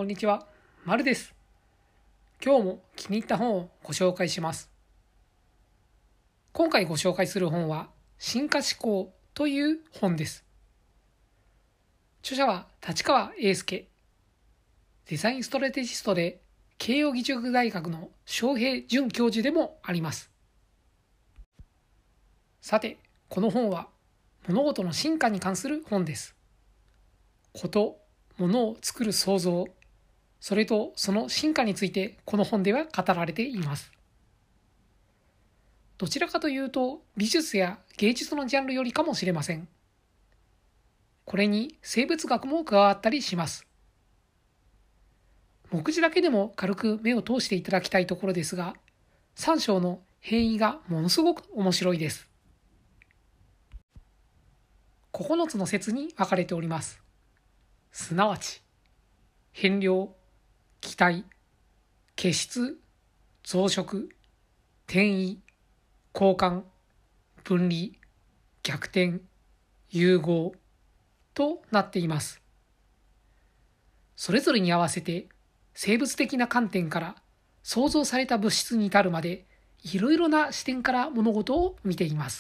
こんにちは、まるです。今日も気に入った本をご紹介します。今回ご紹介する本は、進化思考という本です。著者は立川英介、デザインストラテジストで慶應義塾大学の昌平准教授でもあります。さて、この本は物事の進化に関する本です。こと、物を作る創造、それとその進化についてこの本では語られています。どちらかというと美術や芸術のジャンルよりかもしれません。これに生物学も加わったりします。目次だけでも軽く目を通していただきたいところですが、3章の変異がものすごく面白いです。9つの説に分かれております。すなわち、変量、気体、結出、増殖、転移、交換、分離、逆転、融合となっています。それぞれに合わせて生物的な観点から創造された物質に至るまでいろいろな視点から物事を見ています。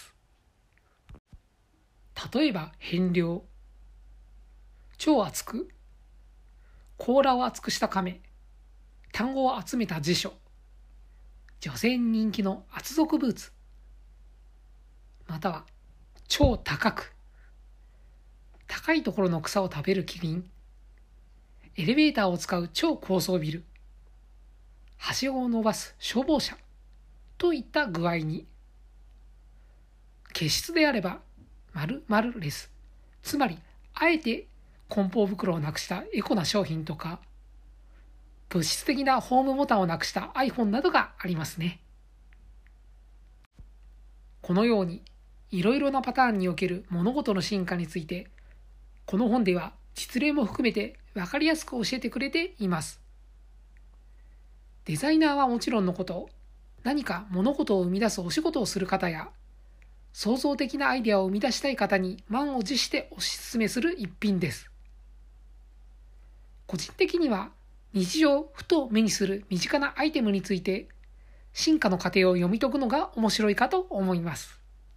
例えば変量、超厚く、甲羅を厚くした亀、単語を集めた辞書、女性に人気の厚底ブーツ、または超高く、高いところの草を食べるキリン、エレベーターを使う超高層ビル、はしごを伸ばす消防車といった具合に、結出であれば〇〇レス、つまりあえて梱包袋をなくしたエコな商品とか、物質的なホームボタンをなくした iPhone などがありますね。このようにいろいろなパターンにおける物事の進化について、この本では実例も含めて分かりやすく教えてくれています。デザイナーはもちろんのこと、何か物事を生み出すお仕事をする方や、創造的なアイデアを生み出したい方に満を持してお勧めする一品です。個人的には日常ふと目にする身近なアイテムについて進化の過程を読み解くのが面白いかと思います。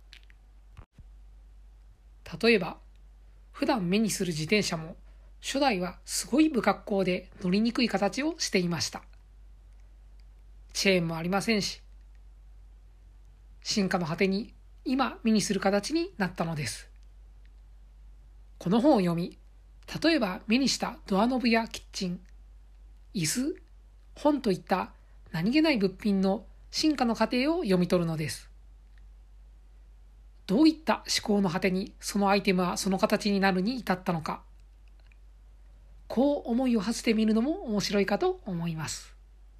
例えば普段目にする自転車も初代はすごい不格好で乗りにくい形をしていました。チェーンもありませんし、進化の果てに今目にする形になったのです。この本を読み、例えば目にしたドアノブやキッチン、椅子、本といった何気ない物品の進化の過程を読み取るのです。どういった思考の果てにそのアイテムはその形になるに至ったのか、こう思いを馳せてみるのも面白いかと思います。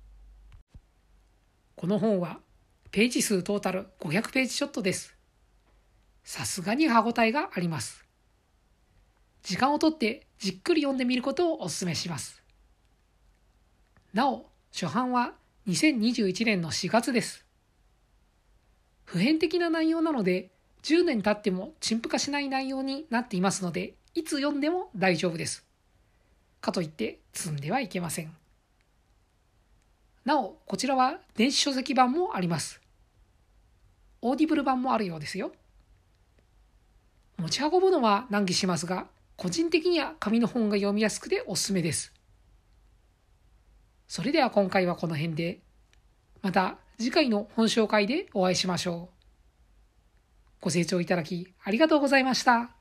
この本はページ数トータル500ページちょっとです。さすがに歯ごたえがあります。時間をとってじっくり読んでみることをお勧めします。なお、初版は2021年の4月です。普遍的な内容なので、10年経っても陳腐化しない内容になっていますので、いつ読んでも大丈夫です。かといって積んではいけません。なお、こちらは電子書籍版もあります。オーディブル版もあるようですよ。持ち運ぶのは難儀しますが、個人的には紙の本が読みやすくておすすめです。それでは今回はこの辺で、また次回の本紹介でお会いしましょう。ご清聴いただきありがとうございました。